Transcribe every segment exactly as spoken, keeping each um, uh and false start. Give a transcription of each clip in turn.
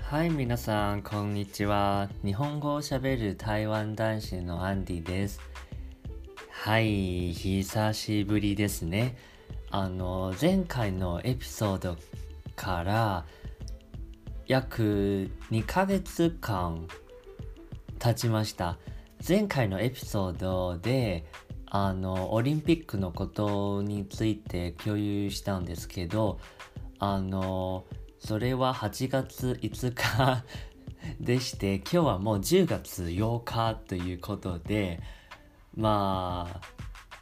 はい、皆さん、こんにちは。日本語を喋る台湾男子のアンディです。はい、久しぶりですね。あの、前回のエピソードから約にかげつかん経ちました。前回のエピソードで、あの、オリンピックのことについて共有したんですけど、あの、それははちがついつかでして、今日はもうじゅうがつようかということで、まあ、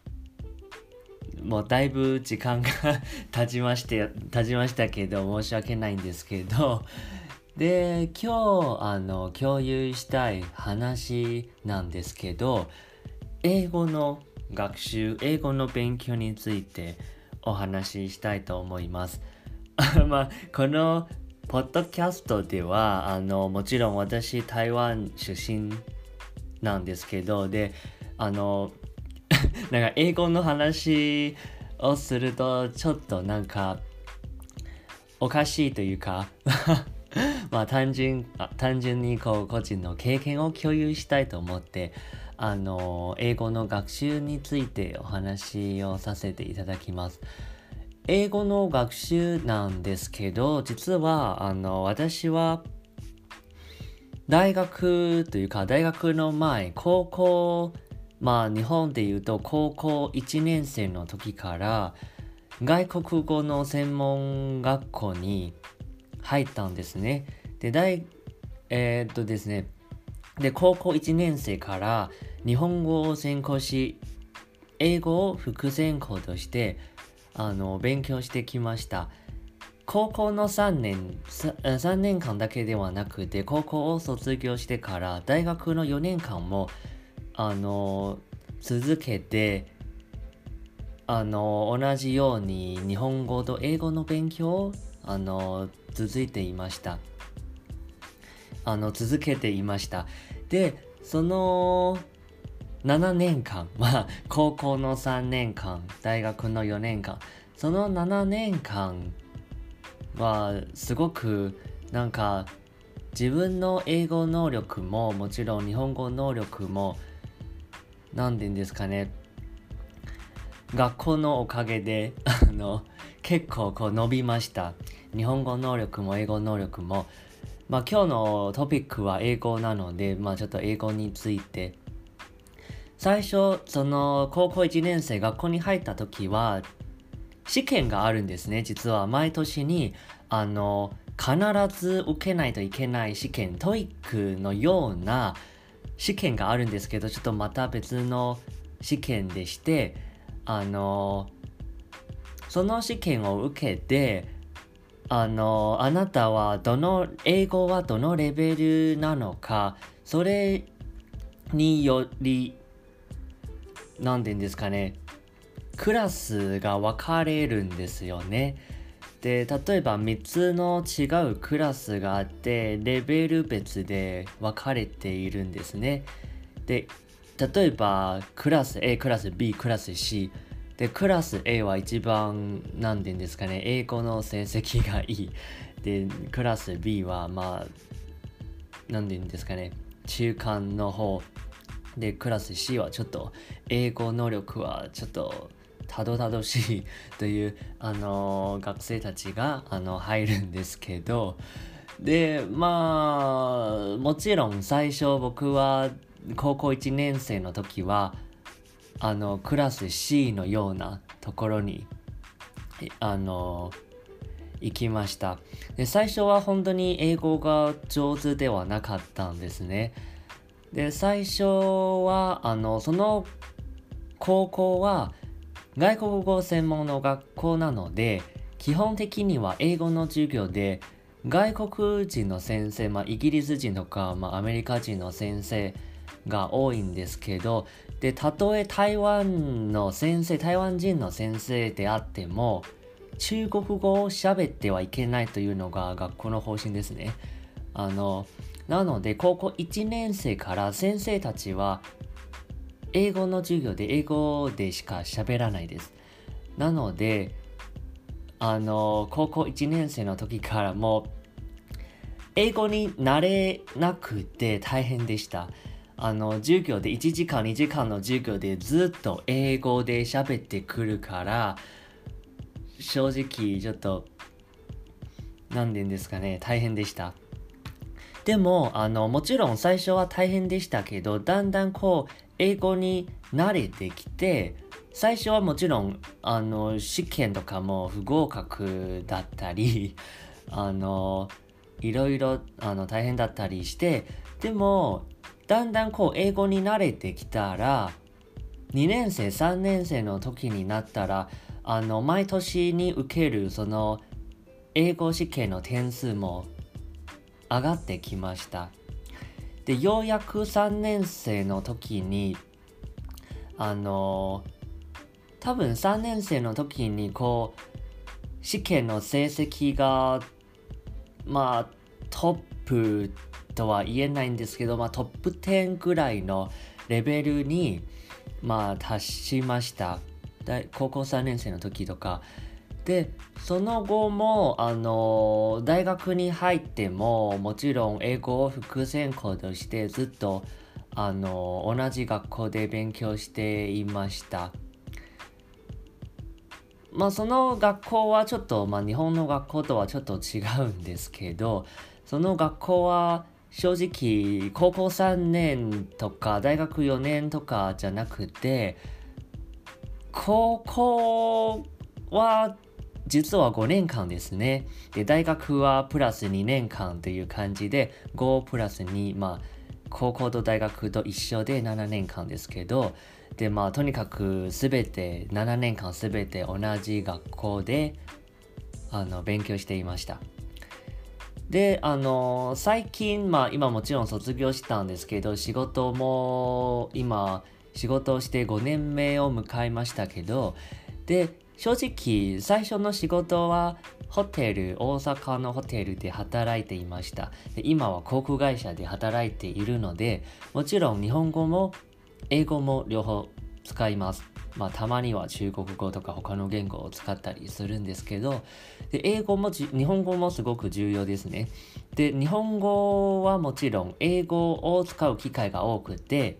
もうだいぶ時間が経ちまして、経ちましたけど、申し訳ないんですけど、で、今日、あの、共有したい話なんですけど、英語の学習、英語の勉強についてお話ししたいと思います。まあ、このポッドキャストでは、あの、もちろん私、台湾出身なんですけど、で、あの、なんか英語の話をすると、ちょっとなんか、おかしいというか、まあ単純、あ単純にこう個人の経験を共有したいと思って、あの、英語の学習についてお話をさせていただきます。英語の学習なんですけど、実は、あの、私は、大学というか、大学の前、高校、まあ、日本で言うと、高校いちねん生の時から、外国語の専門学校に入ったんですね。で、大、えーっとですね、で、高校いちねん生から日本語を専攻し、英語を副専攻として、あの、勉強してきました。高校のさんねん、さんねんかんだけではなくて、高校を卒業してから大学のよねんかんも、あの、続けて、あの、同じように日本語と英語の勉強を、あの、続いていました。あの、続けていました。で、そのななねんかん、まあ、高校のさんねんかん、大学のよねんかん、そのななねんかんは、すごく、なんか、自分の英語能力も、もちろん日本語能力も、なんて言うんですかね、学校のおかげで、あの、結構こう伸びました。日本語能力も英語能力も。まあ今日のトピックは英語なので、まあちょっと英語について。最初、その高校いちねん生学校に入った時は、試験があるんですね。実は毎年に、あの、必ず受けないといけない試験、トイックのような試験があるんですけど、ちょっとまた別の試験でして、あの、その試験を受けて、あの、あなたはどの、英語はどのレベルなのか、それにより、なんて言うんですかね、クラスが分かれるんですよね。で、例えばみっつの違うクラスがあって、レベル別で分かれているんですね。で、例えばクラス A、クラス B、クラス C。で、クラス A は一番、なんて言うんですかね、英語の成績がいい。で、クラス B は、まあ、なんて言うんですかね、中間の方。で、クラス C はちょっと、英語能力はちょっと、たどたどしいという、あのー学生たちが、あの、入るんですけど、で、まあ、もちろん最初僕は高校いちねん生の時は、あの、クラス C のようなところに、あの、行きました。で、最初は本当に英語が上手ではなかったんですね。で、最初は、あの、その高校は外国語専門の学校なので、基本的には英語の授業で外国人の先生、まあ、イギリス人とか、まあ、アメリカ人の先生が多いんですけど、で、たとえ台湾の先生、台湾人の先生であっても、中国語を喋ってはいけないというのが学校の方針ですね。あの、なので、高校いちねん生から先生たちは、英語の授業で英語でしか喋らないです。なので、あの、高校いちねん生の時からも英語になれなくて大変でした。あの授業でいちじかんにじかんの授業でずっと英語で喋ってくるから、正直ちょっと何て言うんですかね、大変でした。でもあのもちろん最初は大変でしたけど、だんだんこう英語に慣れてきて、最初はもちろんあの試験とかも不合格だったりあのいろいろあの大変だったりして、でもだんだんこう英語に慣れてきたら、にねん生さんねん生の時になったら、あの毎年に受けるその英語試験の点数も上がってきました。でようやくさんねん生の時にあの多分さんねん生の時にこう試験の成績がまあトップとは言えないんですけど、まあ、トップじゅうぐらいのレベルに、まあ、達しました。高校さんねん生の時とかで、その後もあの大学に入ってももちろん英語を副専攻としてずっとあの同じ学校で勉強していました。まあその学校はちょっと、まあ、日本の学校とはちょっと違うんですけど、その学校は正直高校さんねんとか大学よねんとかじゃなくて、高校は実はごねんかんですね。で大学はプラスにねんかんという感じで、ごプラスに、まあ高校と大学と一緒でななねんかんですけど、でまあとにかくすべてななねんかんすべて同じ学校であの勉強していました。であの最近まあ今もちろん卒業したんですけど、仕事も今仕事をしてごねんめを迎えましたけど、で正直最初の仕事はホテル、大阪のホテルで働いていました。で今は航空会社で働いているので、もちろん日本語も英語も両方使います。まあたまには中国語とか他の言語を使ったりするんですけど、で英語も日本語もすごく重要ですね。で日本語はもちろん英語を使う機会が多くて、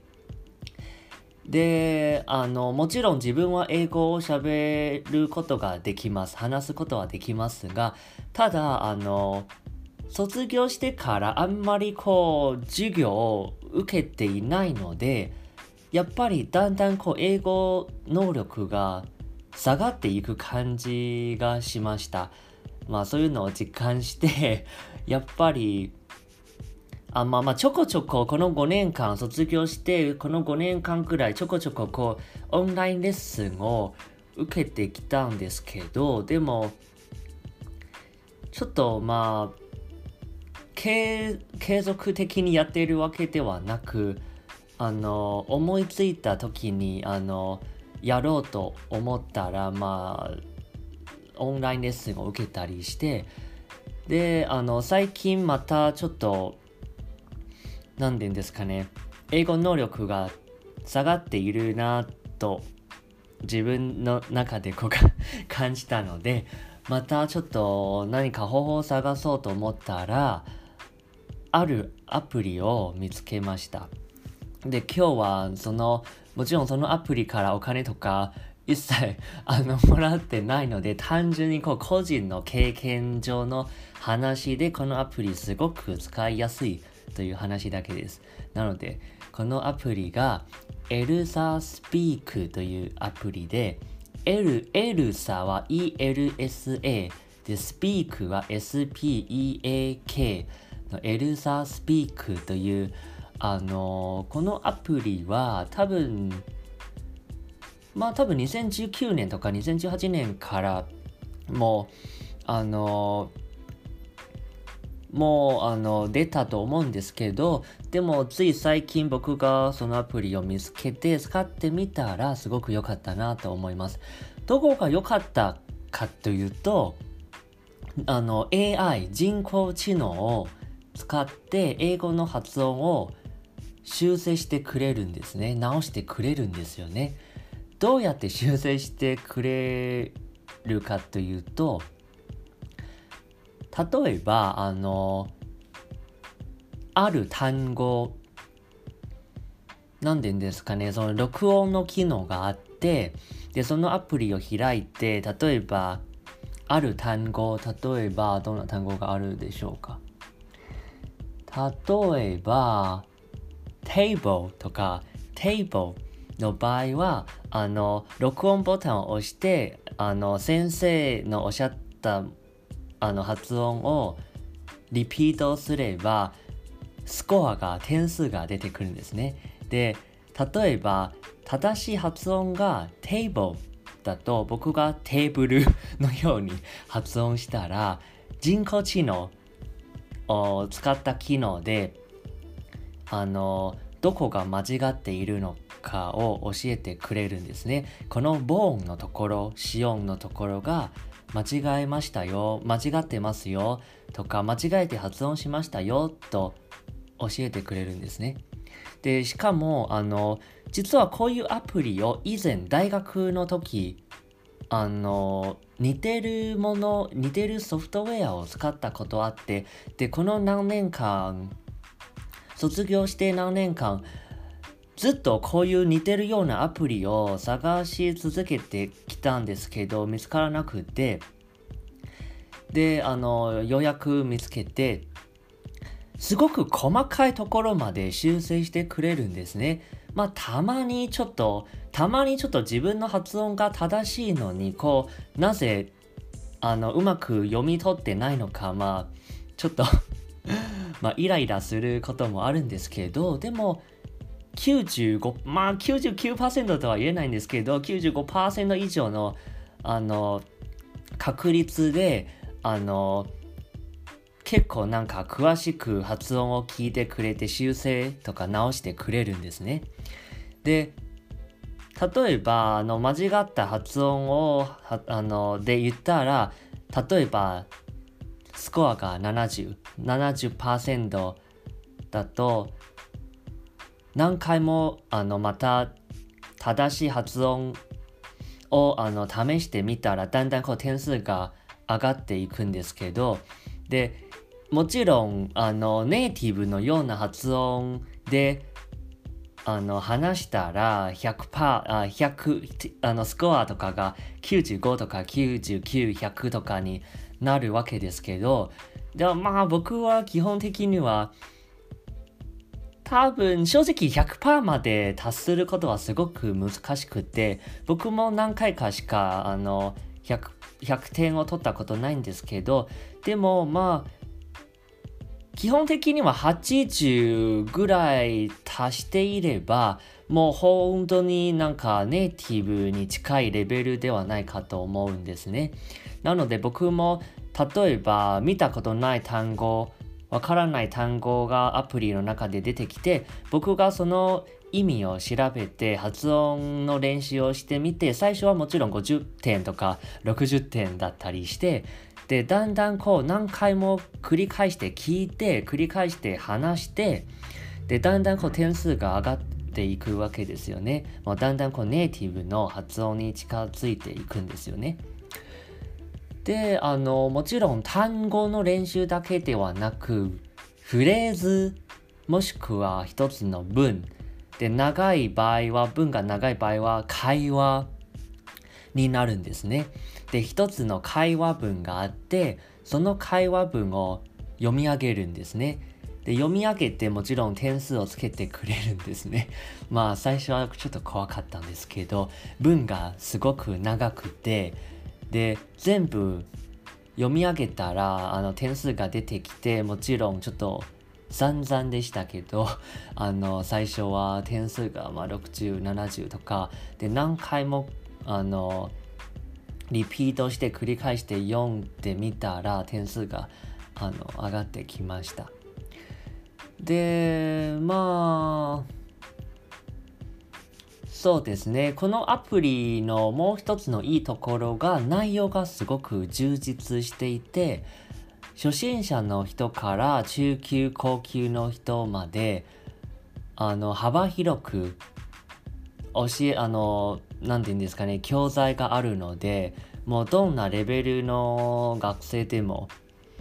であのもちろん自分は英語を喋ることができます。話すことはできますが、ただあの卒業してからあんまりこう授業を受けていないので、やっぱりだんだんこう英語能力が下がっていく感じがしました。まあそういうのを実感してやっぱりあまあまあちょこちょここのごねんかん卒業してこのごねんかんくらいちょこちょここうオンラインレッスンを受けてきたんですけど、でもちょっとまあ継続的にやっているわけではなく、あの思いついた時にあのやろうと思ったらまあオンラインレッスンを受けたりして、であの最近またちょっと何て言うんですかね、英語能力が下がっているなと自分の中でこう感じたので、またちょっと何か方法を探そうと思ったら、あるアプリを見つけました。で今日はそのもちろんそのアプリからお金とか一切あのもらってないので、単純にこう個人の経験上の話でこのアプリすごく使いやすいという話だけです。なのでこのアプリがエルサスピークというアプリで、エル、エルサは イーエルエスエー でスピークは エスピーイーエーケー のエルサスピークというあのこのアプリは多分まあ多分にせんじゅうきゅうねんとかにせんじゅうはちねんからもうあのもうあの出たと思うんですけど、でもつい最近僕がそのアプリを見つけて使ってみたらすごく良かったなと思います。どこが良かったかというと、あの エーアイ 人工知能を使って英語の発音を修正してくれるんですね。直してくれるんですよね。どうやって修正してくれるかというと、例えばあのある単語、なんて言うんですかね、その録音の機能があって、で、そのアプリを開いて、例えば、ある単語、例えば、どんな単語があるでしょうか。例えば、table とか、table の場合は、あの、録音ボタンを押して、あの、先生のおっしゃったあの発音をリピートすれば、スコアが、点数が出てくるんですね。で、例えば、正しい発音が table だと、僕がテーブルのように発音したら、人工知能を使った機能で、あの、どこが間違っているのかを教えてくれるんですね。このボーンのところ、子音のところが間違えましたよ、間違ってますよとか、間違えて発音しましたよと教えてくれるんですね。で、しかも、あの、実はこういうアプリを以前大学の時、あの、似てるもの、似てるソフトウェアを使ったことあって、で、この何年間、卒業して何年間、ずっとこういう似てるようなアプリを探し続けてきたんですけど、見つからなくて、で、あの、ようやく見つけて、すごく細かいところまで修正してくれるんですね。まあ、たまにちょっと、たまにちょっと自分の発音が正しいのに、こう、なぜ、あの、うまく読み取ってないのか、まあ、ちょっとまあ、イライラすることもあるんですけど、でも、きゅうじゅうご、まあ、きゅうじゅうきゅうパーセントとは言えないんですけど、きゅうじゅうごパーセント以上の、あの、確率で、あの、結構なんか詳しく発音を聞いてくれて修正とか直してくれるんですね。で、例えばあの間違った発音をあので言ったら、例えばスコアがななじゅう、ななじゅっパーセントだと何回もあのまた正しい発音をあの試してみたらだんだんこう点数が上がっていくんですけど、でもちろんあのネイティブのような発音であの話したら ひゃくパーセント、あひゃくあのスコアとかがきゅうじゅうごとかきゅうじゅうきゅう、ひゃくとかになるわけですけど、でもまあ僕は基本的には多分正直 ひゃくパーセント まで達することはすごく難しくて、僕も何回かしかあの 100, ひゃくてんを取ったことないんですけど、でもまあ基本的にははちじゅうぐらい足していればもう本当になんかネイティブに近いレベルではないかと思うんですね。なので僕も例えば見たことない単語、わからない単語がアプリの中で出てきて、僕がその意味を調べて発音の練習をしてみて、最初はもちろんごじゅってんとかろくじゅってんだったりして、でだんだんこう何回も繰り返して聞いて繰り返して話して、でだんだんこう点数が上がっていくわけですよね。もうだんだんこうネイティブの発音に近づいていくんですよね。で、あのもちろん単語の練習だけではなく、フレーズもしくは一つの文で、長い場合は文が長い場合は会話になるんですね。で、一つの会話文があって、その会話文を読み上げるんですね。で、読み上げてもちろん点数をつけてくれるんですね。まあ最初はちょっと怖かったんですけど、文がすごく長くて、で全部読み上げたらあの点数が出てきて、もちろんちょっと散々でしたけど、あの最初は点数がまあろくじゅう、ななじゅうとかで、何回もあのリピートして繰り返して読んでみたら点数があの上がってきました。で、まあそうですね、このアプリのもう一つのいいところが、内容がすごく充実していて、初心者の人から中級高級の人まであの幅広く教えあのなんていうんですかね、教材があるので、もうどんなレベルの学生でも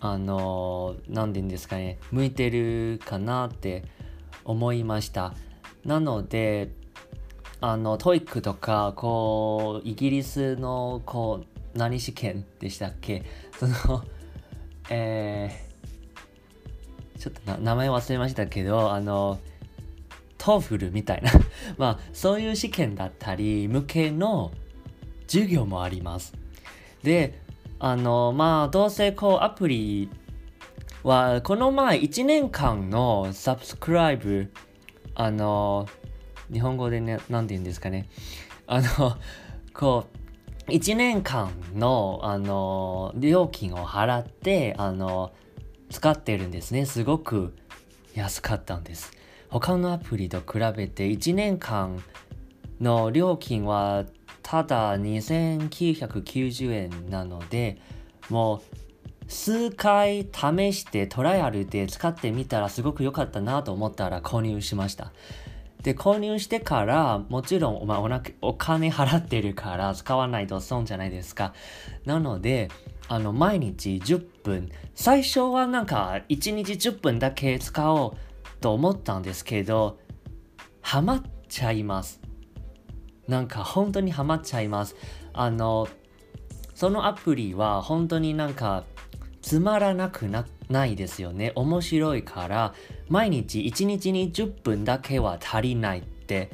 あの何て言うんですかね、向いてるかなって思いました。なのであの トーイック とかこうイギリスのこう何試験でしたっけ、そのえー、ちょっとな名前忘れましたけど、あのトーフルみたいなまあそういう試験だったり向けの授業もあります。で、あのまあどうせこうアプリはこの前いちねんかんのサブスクライブ、あの日本語でね、なんて言うんですかね、あのこういちねんかんのあの料金を払ってあの使ってるんですね。すごく安かったんです。他のアプリと比べていちねんかんの料金はただにせんきゅうひゃくきゅうじゅうえんなので、もう数回試してトライアルで使ってみたらすごく良かったなと思ったら購入しました。で、購入してからもちろん、まあ、おなお金払ってるから使わないと損じゃないですか。なのであの毎日じゅっぷん、最初はなんかいちにちじゅっぷんだけ使おうと思ったんですけど、ハマっちゃいます。なんか本当にハマっちゃいます。あのそのアプリは本当になんかつまらなく な, ないですよね。面白いから毎日いちにちにじゅっぷんだけは足りないって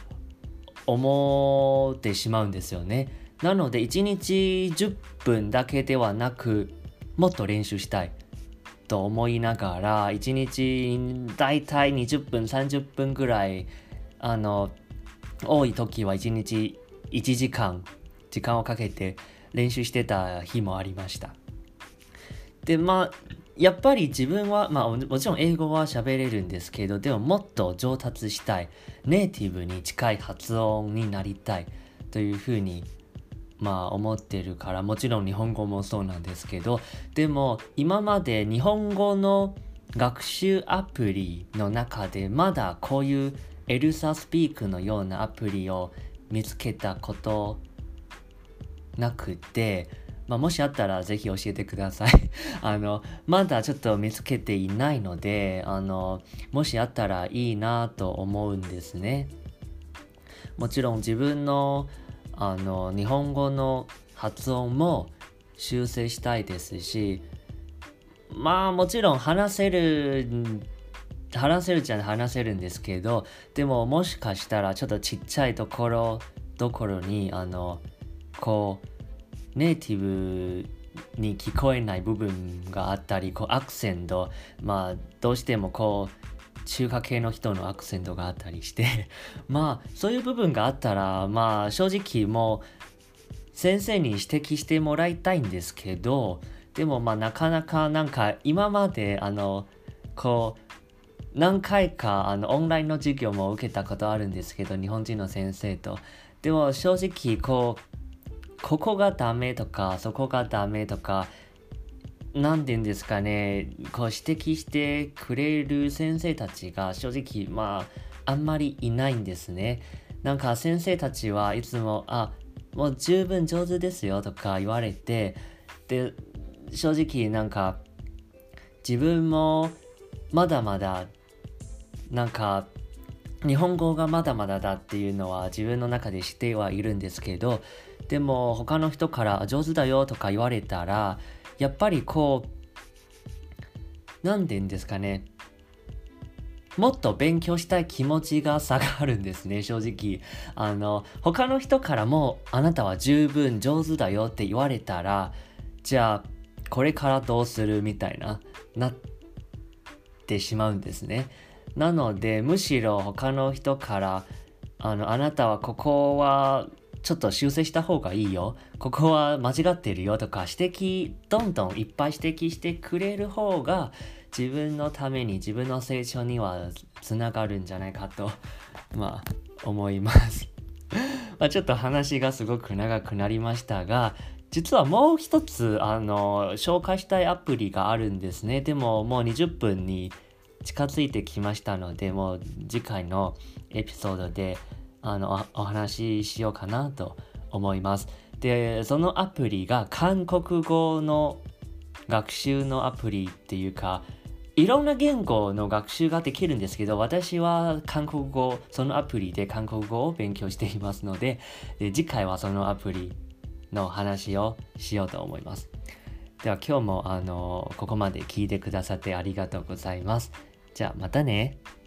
思ってしまうんですよね。なのでいちにちじゅっぷんだけではなくもっと練習したいと思いながらいちにちだいたいにじゅっぷんさんじゅっぷんぐらい、あの多い時はいちにちいちじかん時間をかけて練習してた日もありました。で、まあやっぱり自分は、まあ、もちろん英語は喋れるんですけど、でももっと上達したい、ネイティブに近い発音になりたいというふうにまあ思ってるから、もちろん日本語もそうなんですけど、でも今まで日本語の学習アプリの中でまだこういうエルサスピークのようなアプリを見つけたことなくて、まあ、もしあったらぜひ教えてくださいあのまだちょっと見つけていないので、あのもしあったらいいなと思うんですね。もちろん自分のあの日本語の発音も修正したいですし、まあもちろん話せる話せるじゃ話せるんですけど、でももしかしたらちょっとちっちゃいところどころにあのこうネイティブに聞こえない部分があったり、こうアクセント、まあどうしてもこう中華系の人のアクセントがあったりしてまあそういう部分があったら、まあ正直もう先生に指摘してもらいたいんですけど、でもまあなかなかなんか今まであのこう何回かあのオンラインの授業も受けたことあるんですけど、日本人の先生と。でも正直こうここがダメとかそこがダメとか、なんて言うんですかね、こう指摘してくれる先生たちが正直まああんまりいないんですね。なんか先生たちはいつもあもう十分上手ですよとか言われて、で正直なんか自分もまだまだなんか日本語がまだまだだっていうのは自分の中で知ってはいるんですけど、でも他の人から上手だよとか言われたらやっぱりこうなんて言うんですかね、もっと勉強したい気持ちが下がるんですね。正直あの他の人からもあなたは十分上手だよって言われたら、じゃあこれからどうするみたいななってしまうんですね。なのでむしろ他の人からあのあなたはここはちょっと修正した方がいいよ、ここは間違ってるよとか指摘どんどんいっぱい指摘してくれる方が自分のために自分の成長にはつながるんじゃないかとまあ思いますまあちょっと話がすごく長くなりましたが、実はもう一つあの紹介したいアプリがあるんですね。でももうにじゅっぷんに近づいてきましたので、もう次回のエピソードであの お, お話ししようかなと思います。で、そのアプリが韓国語の学習のアプリっていうか、いろんな言語の学習ができるんですけど、私は韓国語、そのアプリで韓国語を勉強していますので、で次回はそのアプリの話をしようと思います。では今日もあのここまで聞いてくださってありがとうございます。じゃあまたね。